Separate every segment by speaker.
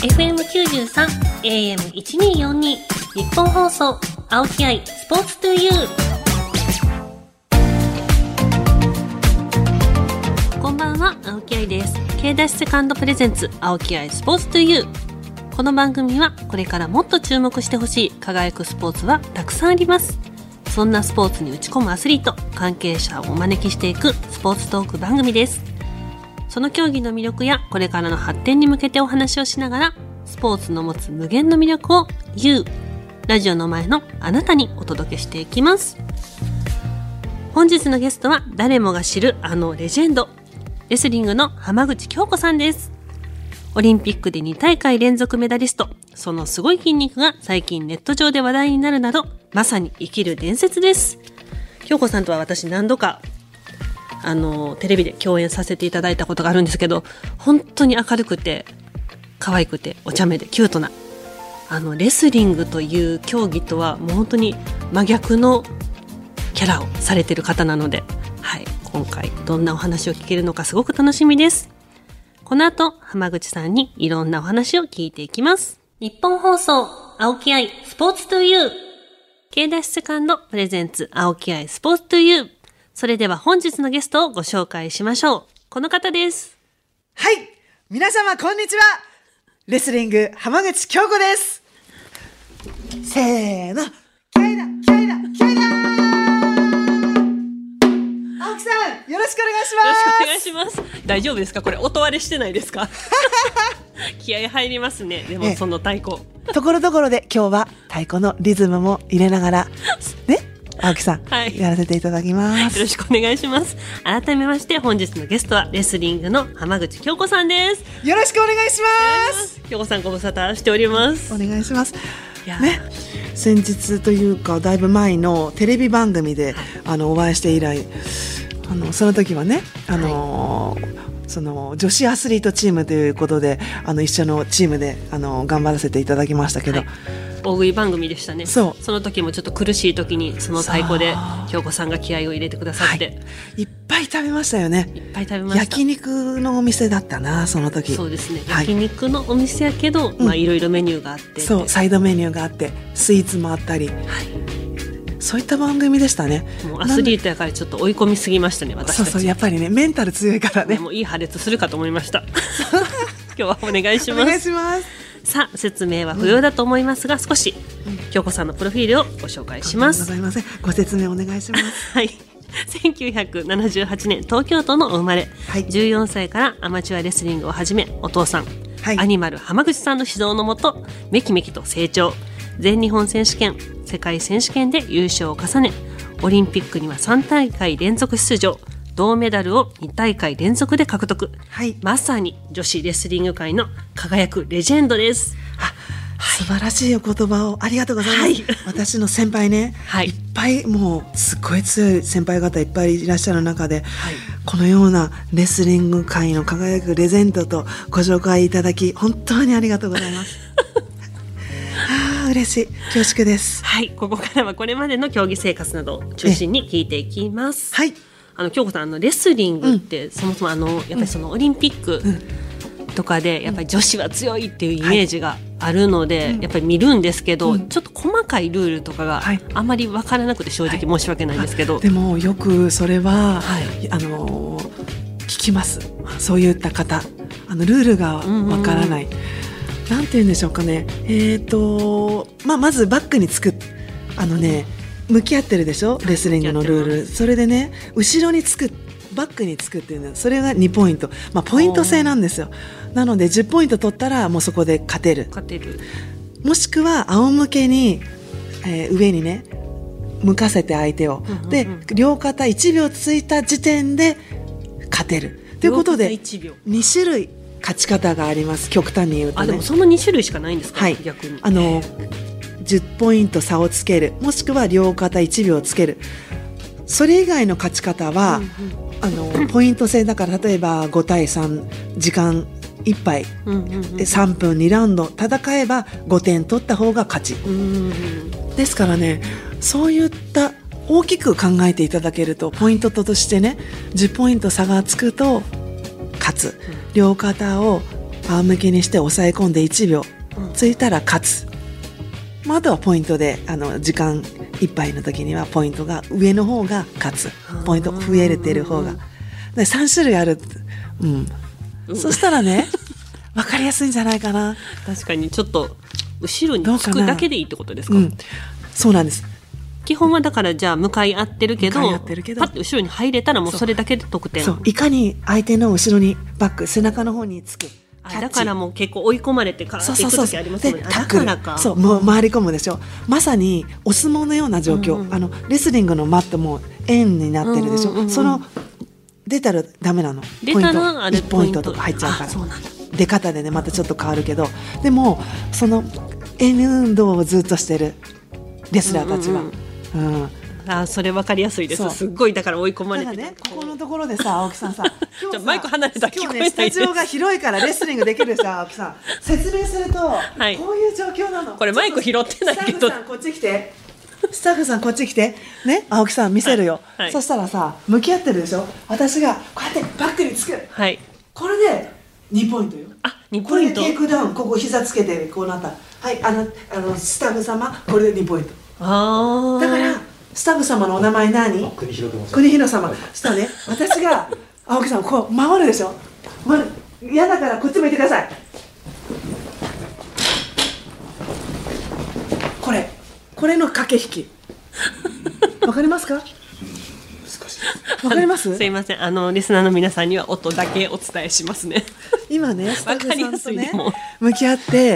Speaker 1: FM93 AM1242 日本放送青木愛スポーツトゥユー。こんばんは、青木愛です。 K ダッシュセカンドプレゼンツ青木愛スポーツトゥユー。この番組はこれからもっと注目してほしい輝くスポーツはたくさんあります。そんなスポーツに打ち込むアスリート関係者をお招きしていくスポーツトーク番組です。その競技の魅力やこれからの発展に向けてお話をしながら、スポーツの持つ無限の魅力をラジオの前のあなたにお届けしていきます。本日のゲストは誰もが知るあのレジェンド、レスリングの浜口京子さんです。オリンピックで2大会連続メダリスト、そのすごい筋肉が最近ネット上で話題になるなど、まさに生きる伝説です。京子さんとは私何度かテレビで共演させていただいたことがあるんですけど、本当に明るくて可愛くてお茶目でキュートなレスリングという競技とはもう本当に真逆のキャラをされている方なので、はい、今回どんなお話を聞けるのかすごく楽しみです。この後浜口さんにいろんなお話を聞いていきます。日本放送青木愛スポーツトゥユー K ダッシュセカンドプレゼンツ青木愛スポーツトゥユー。それでは本日のゲストをご紹介しましょう。この方です。
Speaker 2: はい、皆様こんにちは。レスリング浜口京子です。せーの、気合いだ気合いだ気合いだ。青木さん、よろしくお願いします。
Speaker 1: よろしくお願いします。大丈夫ですか、これ音割れしてないですか？気合入りますね。でもその太鼓
Speaker 2: ところどころで今日は太鼓のリズムも入れながらね、青木さん、はい、やらせていただきます。
Speaker 1: よろしくお願いします。改めまして本日のゲストはレスリングの浜口京子さんです。
Speaker 2: よろしくお願いします。
Speaker 1: 京子さんご無沙汰しております。
Speaker 2: お願いします。ね、先日というかだいぶ前のテレビ番組で、はい、お会いして以来、その時はね、その女子アスリートチームということで一緒のチームで頑張らせていただきましたけど、はい、
Speaker 1: 大食い番組でしたね。その時もちょっと苦しい時にその太鼓で京子さんが気合を入れてくださって、はい、
Speaker 2: いっぱい食べましたよね。
Speaker 1: いっぱい食べました。
Speaker 2: 焼肉のお店だったな、その時。
Speaker 1: そうですね、
Speaker 2: はい、
Speaker 1: 焼肉のお店やけど、いろいろメニューがあって、
Speaker 2: そうサイドメニューがあってスイーツもあったり、はい、そういった番組でしたね。
Speaker 1: もうアスリートやからちょっと追い込みすぎましたね、私たち。
Speaker 2: そうやっぱりね、メンタル強いからね。
Speaker 1: もういい破裂するかと思いました。今日はお願いします。
Speaker 2: お願いします。
Speaker 1: さあ、説明は不要だと思いますが、少し京子さんのプロフィールをご紹介します。
Speaker 2: ございません。ご説明お願いします。
Speaker 1: はい、1978年東京都のお生まれ、はい、14歳からアマチュアレスリングを始め、お父さん、はい、アニマル浜口さんの指導のもとめきめきと成長。全日本選手権、世界選手権で優勝を重ね、オリンピックには3大会連続出場、銅メダルを2大会連続で獲得、はい、まさに女子レスリング界の輝くレジェンドです。
Speaker 2: 素晴らしいお言葉をありがとうございます。はい、私の先輩ね、はい、いっぱいもうすっごい強い先輩方いっぱいいらっしゃる中で、はい、このようなレスリング界の輝くレジェンドとご紹介いただき本当にありがとうございます。嬉しい、恐縮です。
Speaker 1: はい、ここからはこれまでの競技生活などを中心に聞いていきます。はい、京子さん、レスリングって、そもそもやっぱりそのオリンピックとかでやっぱり女子は強いっていうイメージがあるので、やっぱり見るんですけど、ちょっと細かいルールとかがあんまり分からなくて正直申し訳ないんですけど、
Speaker 2: でもよくそれは、聞きます。そういった方、ルールが分からない、なんて言うんでしょうかね。まずバックにつく向き合ってるでしょ、レスリングのルール。それでね、後ろにつく、バックにつくっていうのは、それが2ポイント、ポイント制なんですよ。なので10ポイント取ったらもうそこで勝てる。もしくは仰向けに、上にね向かせて相手を、で両肩1秒ついた時点で勝てるということで、2種類勝ち方があります。極端に言うとね。
Speaker 1: でもその2種類しかないんですか？はい、逆に
Speaker 2: 10ポイント差をつける、もしくは両肩1秒つける。それ以外の勝ち方は、ポイント制だから、例えば5対3、時間いっぱい、3分2ラウンド戦えば5点取った方が勝ち、ですからね、そういった大きく考えていただけると、ポイントとしてね、10ポイント差がつくと勝つ、両肩を仰向けにして押さえ込んで1秒、ついたら勝つ。あとはポイントで時間いっぱいの時にはポイントが上の方が勝つ、ポイント増えてる方がで3種類ある、そしたらね分かりやすいんじゃないかな。
Speaker 1: 確かにちょっと後ろにつくだけでいいってことですか？
Speaker 2: そうなんです。
Speaker 1: 基本はだからじゃあ向かい合ってるけどパッと後ろに入れたらもうそれだけで得点。
Speaker 2: そういかに相手の後ろにバック背中の方につく。
Speaker 1: だからもう結構追い込まれてからっていく時ありますもんね。だからか。
Speaker 2: そうもう回り込むでしょ。まさにお相撲のような状況、レスリングのマットも円になってるでしょ、その出たらダメなの。
Speaker 1: 出たらあれ
Speaker 2: 1ポイントとか入っちゃうから。出方でねまたちょっと変わるけど、でもその円運動をずっとしてるレスラーたちは、
Speaker 1: それ分かりやすいです。すっごいだから追い込まれて、
Speaker 2: ね、ここのところでさ青木さんさ
Speaker 1: 今日マイク離れたら聞こえないです。
Speaker 2: スタジオが広いからレスリングできるでしょ青木さん。説明すると、こういう状況なの。
Speaker 1: これマイク拾ってないけど、
Speaker 2: スタッフさんこっち来て、スタッフさんこっち来てね、青木さん見せるよ、そしたらさ向き合ってるでしょ。私がこうやってバックにつく、これで2ポイントよ。
Speaker 1: 2ポイント。
Speaker 2: これでテイクダウン、ここ膝つけてこうなったら、スタッフ様これで2ポイント。だからスタッフ様のお名前何？国広様。したらね、私が青木さんこう回るでしょ。嫌だからこっち向いてください。これの駆け引きわかりますか？わかります？
Speaker 1: すいません、リスナーの皆さんには音だけお伝えしますね。
Speaker 2: 今ねスタッフさんとね向き合って、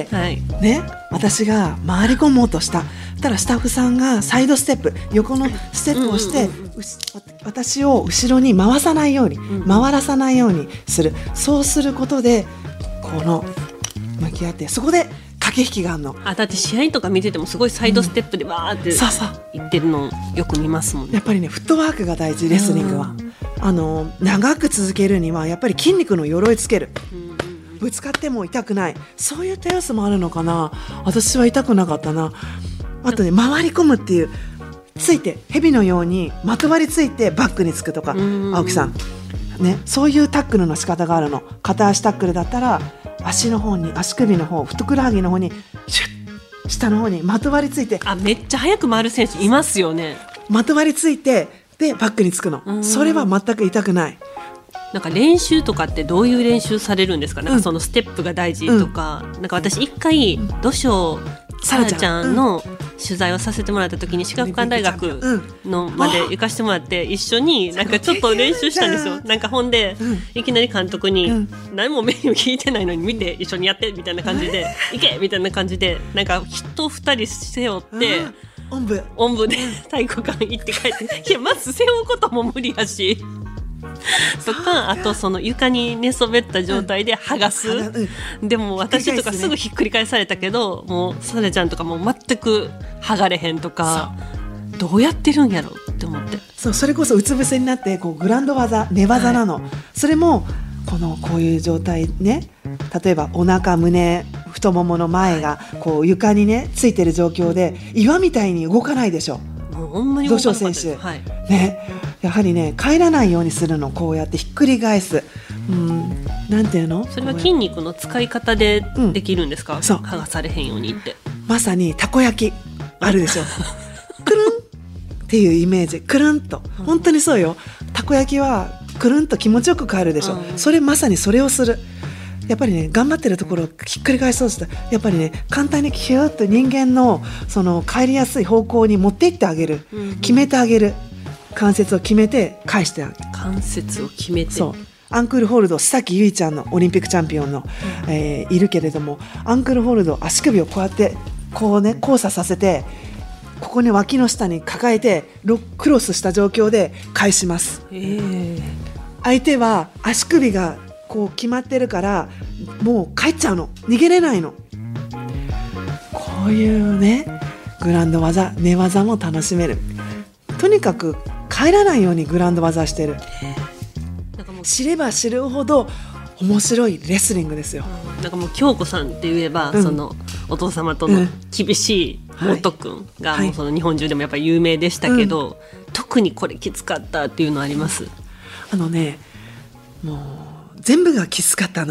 Speaker 2: ね、私が回り込もうとしたらスタッフさんがサイドステップ、横のステップをして、私を後ろに回さないように、回らさないようにする。そうすることでこの向き合って、そこで駆け引きがあるの。
Speaker 1: だって試合とか見ててもすごいサイドステップでバーって言ってるのよく見ますもんね。
Speaker 2: やっぱりねフットワークが大事、レスリングは。長く続けるにはやっぱり筋肉の鎧つける、ぶつかっても痛くない、そういった要素もあるのかな。私は痛くなかったな。あとね回り込むっていう、ついて蛇のようにまとわりついてバックにつくとか、青木さんね、そういうタックルの仕方があるの。片足タックルだったら足の方に、足首の方、ふくらはぎの方にシュッ、下の方にまとわりついて、
Speaker 1: めっちゃ速く回る選手いますよね。
Speaker 2: まとわりついてでバックにつくの。それは全く痛くない。
Speaker 1: なんか練習とかってどういう練習されるんですか？なんかそのステップが大事とか、なんか私一回土性さらちゃんの取材をさせてもらった時に、至学館大学のまで行かせてもらって、一緒になんかちょっと練習したんですよ。なんかほんで、いきなり監督に、何もメニュー聞いてないのに見て一緒にやってみたいな感じで、行けみたいな感じで、なんか人2人背負って
Speaker 2: おんぶ
Speaker 1: で体育館行って帰って、いやまず背負うことも無理やしとか、あとその床に寝そべった状態で剥がす、でも私とかすぐひっくり返されたけど、もうサラちゃんとかもう全く剥がれへんとか、どうやってるんやろって思って、
Speaker 2: それこそうつ伏せになってこうグランド技、寝技なの、それもこういう状態ね、例えばお腹、胸、太ももの前がこう床にねついてる状況で岩みたいに動かないでしょ。土性選手、ね、やはりね帰らないようにするの。こうやってひっくり返す、なんていうの、
Speaker 1: それは筋肉の使い方でできるんですか？剥がされへんようにって。
Speaker 2: まさにたこ焼きあるでしょくるんっていうイメージ、くるんと、本当にそうよ。たこ焼きはくるんと気持ちよく変わるでしょ、それまさにそれをする。やっぱりね頑張ってるところをひっくり返そうとしたら、やっぱりね簡単にキューッと人間のその帰りやすい方向に持っていってあげる、決めてあげる、関節を決めて返してあげる。
Speaker 1: 関節を決めて、
Speaker 2: そうアンクルホールド、須崎優衣ちゃんのオリンピックチャンピオンの、いるけれども、アンクルホールド、足首をこうやってこうね交差させて、ここに脇の下に抱えてクロスした状況で返します。相手は足首がこう決まってるからもう帰っちゃうの、逃げれないの。こういうねグランド技、寝技も楽しめる。とにかく帰らないようにグランド技してる。なんかもう知れば知るほど面白いレスリングですよ。
Speaker 1: なんかもう京子さんって言えば、そのお父様との厳しい元君がもうその日本中でもやっぱり有名でしたけど、特にこれきつかったっていうのあります？
Speaker 2: もう全部がきつかったの。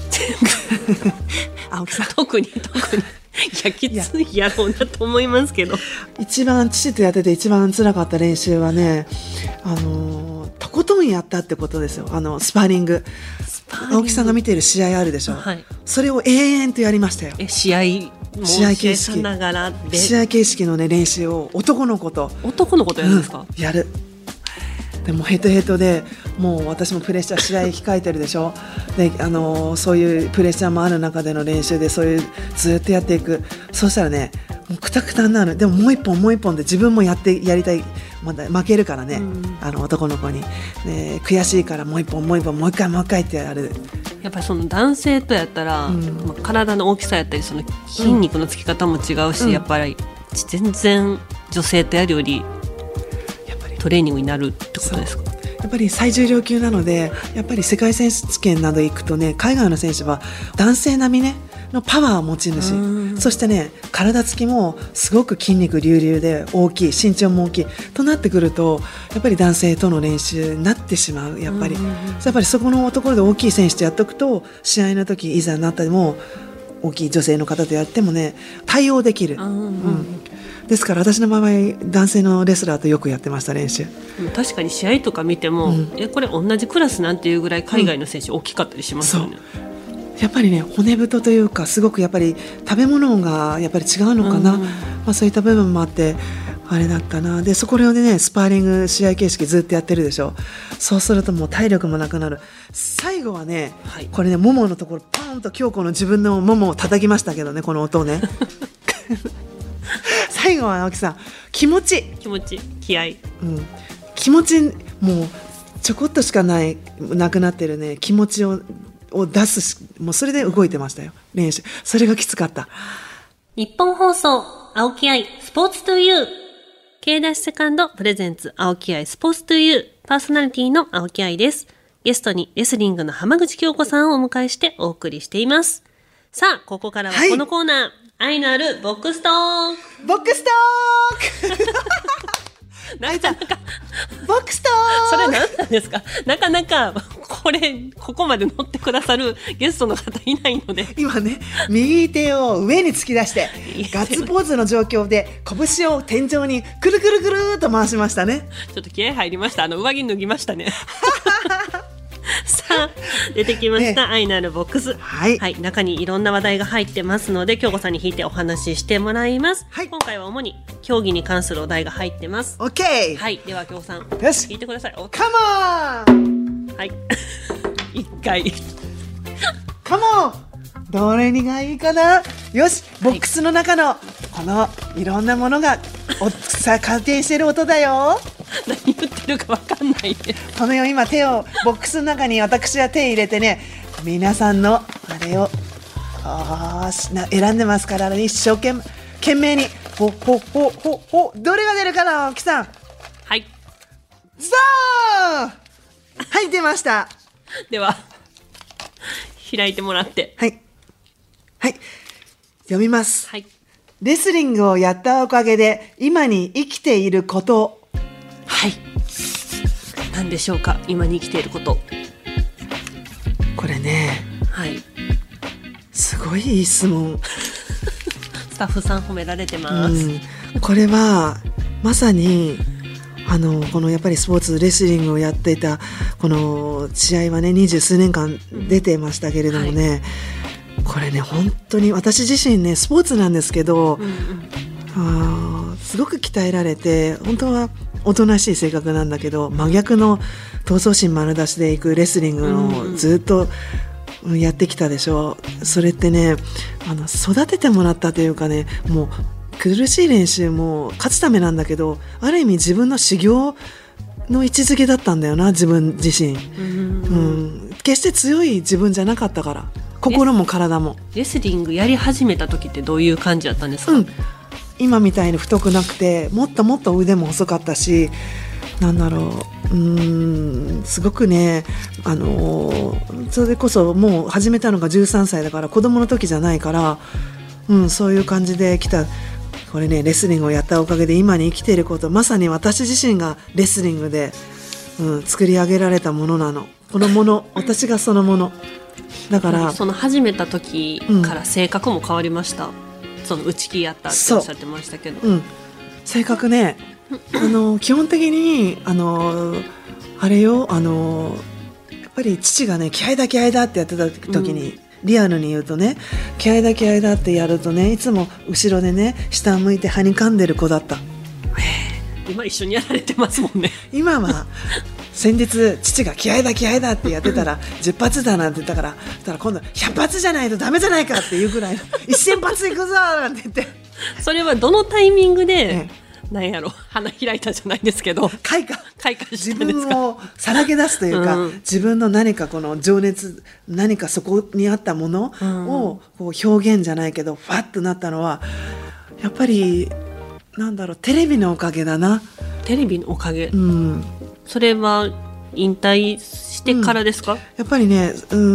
Speaker 2: 青木さん
Speaker 1: 特にいやきついやろうなと思いますけど、
Speaker 2: 一番父とやってて一番辛かった練習はね、とことんやったってことですよ。スパーリング。青木さんが見ている試合あるでしょ、はい、それを永遠とやりましたよ。
Speaker 1: 試合形式ながらで
Speaker 2: 試合形式の、ね、練習を男の子と
Speaker 1: やるんですか、
Speaker 2: やる。でもヘトヘトで、もう私もプレッシャー試合控えてるでしょで、そういうプレッシャーもある中での練習で、そういうずっとやっていく。そうしたらね、もうクタクタになる。でももう一本で自分もやりたい。まだ負けるからね、男の子に、悔しいからもう一回ってやる。
Speaker 1: やっぱりその男性とやったら、体の大きさやったりその筋肉のつき方も違うし、やっぱり全然女性とやるよりやっぱりトレーニングになるってことですか？
Speaker 2: やっぱり最重量級なので、やっぱり世界選手権など行くとね、海外の選手は男性並みねのパワーを持ち主、そしてね、体つきもすごく筋肉隆々で大きい、身長も大きいとなってくると、やっぱり男性との練習になってしまう。やっぱりそこのところで大きい選手とやっておくと、試合の時いざになったりも大きい女性の方とやってもね、対応できる。ですから私の場合、男性のレスラーとよくやってました、練習。
Speaker 1: 確かに試合とか見ても、これ同じクラスなんていうぐらい海外の選手大きかったりしますよね。
Speaker 2: やっぱりね、骨太というか、すごくやっぱり食べ物がやっぱり違うのかな、そういった部分もあってあれだったな。でそこでね、スパーリング試合形式ずっとやってるでしょ。そうするともう体力もなくなる。最後はね、これね、もものところパーンと京子の自分のももを叩きましたけどね、この音をね最後は青木さん、気持ち気合、気持ち、もうちょこっとしかなくなってるね、気持ちを出す。もうそれで動いてましたよ、練習。それがきつかった。
Speaker 1: 日本放送青木愛スポーツトゥユー、 K ダッシュセカンドプレゼンツ青木愛スポーツトゥユー、パーソナリティの青木愛です。ゲストにレスリングの浜口京子さんをお迎えしてお送りしています。さあ、ここからはこのコーナー、愛のあるボックストーク。
Speaker 2: ボックストーク
Speaker 1: なんか
Speaker 2: ボックスト
Speaker 1: ーク、それ何なんですか？なかなかここまで乗ってくださるゲストの方いないので、
Speaker 2: 今ね、右手を上に突き出してガッツポーズの状況で拳を天井にくるくるくるーと回しましたね。
Speaker 1: ちょっと気合入りました。上着脱ぎましたねさあ、出てきました、愛のあるボックス、中にいろんな話題が入ってますので、京子さんに引いてお話ししてもらいます。今回は主に競技に関するお題が入ってます。
Speaker 2: OK、
Speaker 1: では京子さん、
Speaker 2: よし、
Speaker 1: 引いてください。
Speaker 2: カモン
Speaker 1: 一回
Speaker 2: カモン、どれにがいいかな。よし、ボックスの中のこのいろんなものが回転してる音だよ。
Speaker 1: 何言ってるか分かんないね。
Speaker 2: このよ、今手をボックスの中に私は手入れてね、皆さんのあれを選んでますから、一生懸命にどれが出るかな、青木さん。出ました。
Speaker 1: では開いてもらって、
Speaker 2: 読みます。レスリングをやったおかげで今に生きていること。
Speaker 1: 何でしょうか、今に生きていること。
Speaker 2: これね、すごいいい質問
Speaker 1: スタッフさん褒められてます、
Speaker 2: これはまさにこのやっぱりスポーツレスリングをやっていたこの試合はね、20数年間出てましたけれどもね、これね、本当に私自身ね、スポーツなんですけど、すごく鍛えられて、本当はおとなしい性格なんだけど、真逆の闘争心丸出しでいくレスリングをずっとやってきたでしょ。それってね、育ててもらったというかね、もう苦しい練習も勝つためなんだけど、ある意味自分の修行の位置づけだったんだよな、自分自身。決して強い自分じゃなかったから、心も体も。
Speaker 1: レスリングやり始めた時ってどういう感じだったんですか？
Speaker 2: 今みたいに太くなくて、もっともっと腕も細かったし、なんだろう、すごくね、それこそもう始めたのが13歳だから、子供の時じゃないから、そういう感じで来た。これね、レスリングをやったおかげで今に生きていること、まさに私自身がレスリングで、作り上げられたものなの。このもの、私がそのもの。 だから
Speaker 1: その始めた時から性格も変わりました、その内気やったっておっしゃってましたけど、
Speaker 2: 性格ね基本的にあれよやっぱり父がね気合だ気合だってやってた時に、リアルに言うとね気合だ気合だってやるとねいつも後ろでね下向いてはにかんでる子だった。
Speaker 1: 今一緒にやられてますもんね。
Speaker 2: 今は先日父が気合だ気合だってやってたら10発だなんて言ったから今度100発じゃないとダメじゃないかっていうぐらい1000発いくぞなんて言って
Speaker 1: それはどのタイミングで、なんやろ花開いたじゃないですけど
Speaker 2: 開花
Speaker 1: した
Speaker 2: 自
Speaker 1: んですか。
Speaker 2: 分をさらけ出すというか、自分の何かこの情熱何かそこにあったものをこう表現じゃないけどファッとなったのはやっぱりなんだろうテレビのおかげだな。
Speaker 1: テレビのおかげ、それは引退してからですか？
Speaker 2: やっぱりね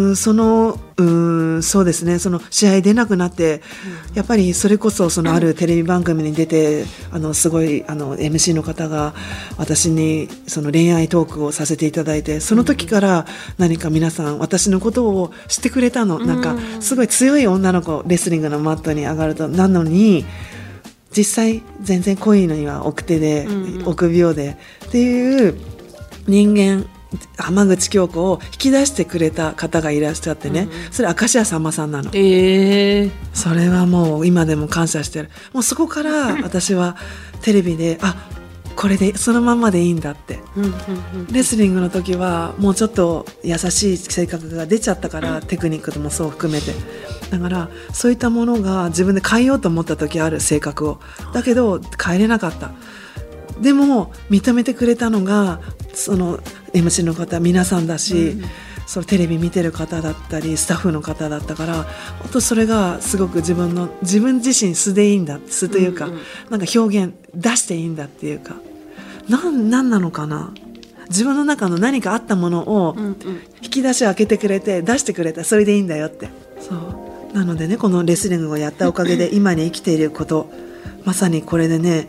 Speaker 2: そうですねその試合出なくなって、やっぱりそれこそあるテレビ番組に出てすごいMC の方が私にその恋愛トークをさせていただいて、その時から何か皆さん私のことを知ってくれたの、なんかすごい強い女の子レスリングのマットに上がるとなのに実際全然恋のには奥手で、臆病でっていう人間浜口京子を引き出してくれた方がいらっしゃってね、それ明石家さんまさんなの。それはもう今でも感謝してる。もうそこから私はテレビでこれでそのまんまでいいんだって、レスリングの時はもうちょっと優しい性格が出ちゃったから、テクニックもそう含めてだからそういったものが自分で変えようと思った時ある性格をだけど変えれなかった。でも認めてくれたのがその MC の方皆さんだし、そのテレビ見てる方だったりスタッフの方だったから、本当それがすごく自分自身素でいいんだ素というか、なんか表現出していいんだっていうか、なんなのかな、自分の中の何かあったものを引き出しを開けてくれて出してくれた、それでいいんだよって。そうなのでね、このレスリングをやったおかげで今に生きていること、まさにこれでね、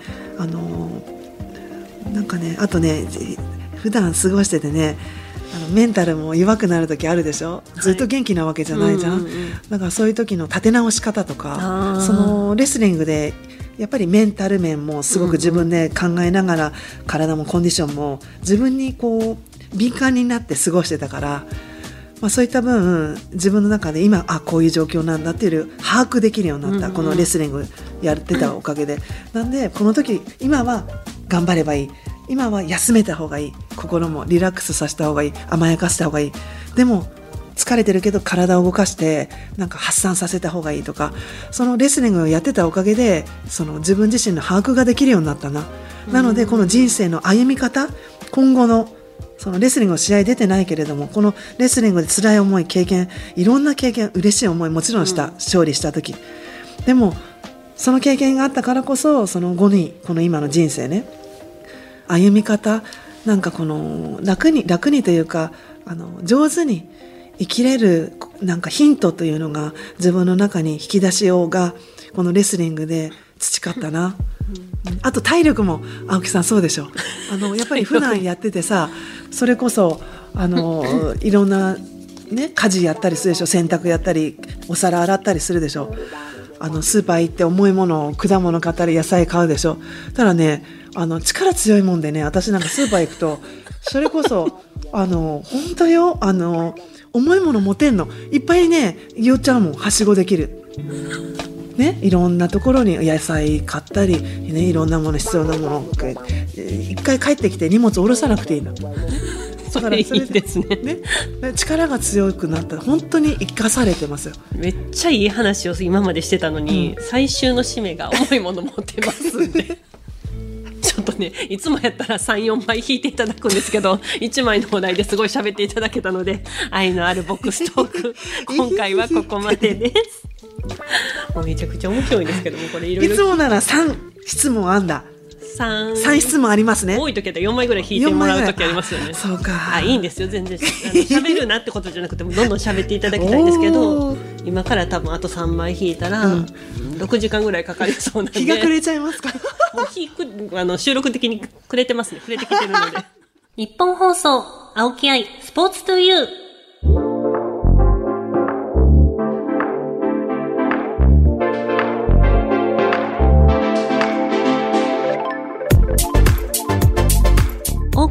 Speaker 2: なんかね、あとね普段過ごしててね、メンタルも弱くなる時あるでしょ、ずっと元気なわけじゃないじゃん、だからそういう時の立て直し方とか、そのレスリングでやっぱりメンタル面もすごく自分で考えながら、体もコンディションも自分にこう敏感になって過ごしてたから、そういった分自分の中で今こういう状況なんだっていう把握できるようになった、このレスリングやってたおかげで、なんでこの時今は頑張ればいい、今は休めた方がいい、心もリラックスさせた方がいい、甘やかした方がいい、でも疲れてるけど体を動かしてなんか発散させた方がいいとか、そのレスリングをやってたおかげでその自分自身の把握ができるようになったな。なのでこの人生の歩み方、今後のそのレスリングの試合出てないけれども、このレスリングで辛い思い経験、いろんな経験、嬉しい思いもちろんした、勝利した時でもその経験があったからこそ、その後にこの今の人生ね、歩み方、なんかこの楽にというか上手に生きれるなんかヒントというのが自分の中に引き出しようがこのレスリングで培ったな。あと体力も青木さんそうでしょ、やっぱり普段やっててさ、それこそいろんなね家事やったりするでしょ、洗濯やったりお皿洗ったりするでしょ、スーパー行って重いものを果物買ったり野菜買うでしょ。ただね力強いもんでね、私なんかスーパー行くとそれこそ本当よ、重いもの持てんのいっぱいね、言っちゃうもん、はしごできるね、いろんなところに野菜買ったり、ね、いろんなもの必要なものを一回帰ってきて荷物下ろさなくていいの。
Speaker 1: それいいですね。
Speaker 2: 力が強くなったら本当に生かされてますよ。
Speaker 1: めっちゃいい話を今までしてたのに、最終の締めが重いもの持ってますんでちょっとね、いつもやったら 3,4 枚引いていただくんですけど、1枚のお題ですごい喋っていただけたので、愛のあるボックストーク今回はここまでですもうめちゃくちゃ面白いんですけども、これいろいろ
Speaker 2: いつもなら3質問あんだ、3質問ありますね。
Speaker 1: 多い時は4枚ぐらい引いてもらう時ありますよね。
Speaker 2: そうか、
Speaker 1: いいんですよ、全然喋るなってことじゃなくてもどんどん喋っていただきたいんですけど、今から多分あと3枚引いたら、6時間ぐらいかかりそうなんで、
Speaker 2: 日が暮れちゃいますか
Speaker 1: もう収録的に暮れてますね、暮れてきてるので日本放送青木愛スポーツトゥユー。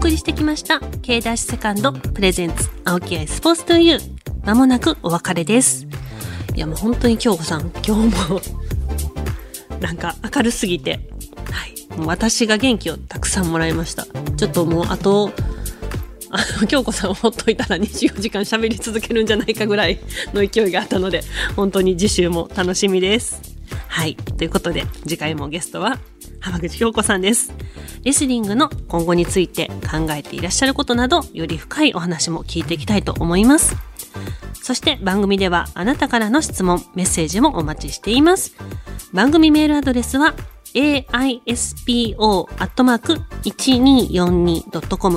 Speaker 1: 送りしてきました K ダッシュセカンドプレゼンツ青木愛スポーツトゥーユー。まもなくお別れです。いやもう本当に京子さん、今日もなんか明るすぎて、はい、もう私が元気をたくさんもらいました。ちょっともうあと京子さんをほっといたら24時間喋り続けるんじゃないかぐらいの勢いがあったので、本当に次週も楽しみです。はい、ということで次回もゲストは浜口京子さんです。レスリングの今後について考えていらっしゃることなど、より深いお話も聞いていきたいと思います。そして番組ではあなたからの質問、メッセージもお待ちしています。番組メールアドレスは aispo@1242.com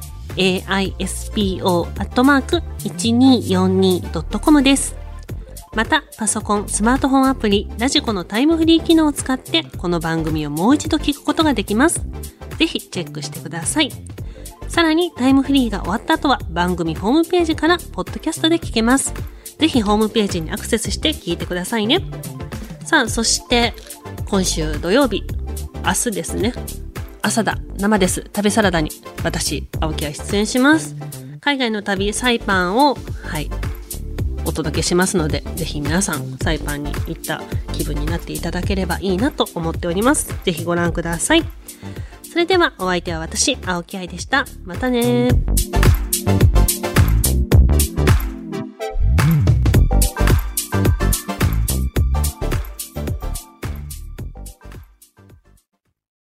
Speaker 1: aispo@1242.com です。また、パソコン、スマートフォンアプリ、ラジコのタイムフリー機能を使って、この番組をもう一度聞くことができます。ぜひチェックしてください。さらに、タイムフリーが終わった後は、番組ホームページから、ポッドキャストで聞けます。ぜひ、ホームページにアクセスして聞いてくださいね。さあ、そして、今週土曜日、明日ですね。朝だ、生です、旅サラダに、私、青木は出演します。海外の旅、サイパンを、お届けしますので、ぜひ皆さんサイパンに行った気分になっていただければいいなと思っております。ぜひご覧ください。それではお相手は私、青木愛でした。またね。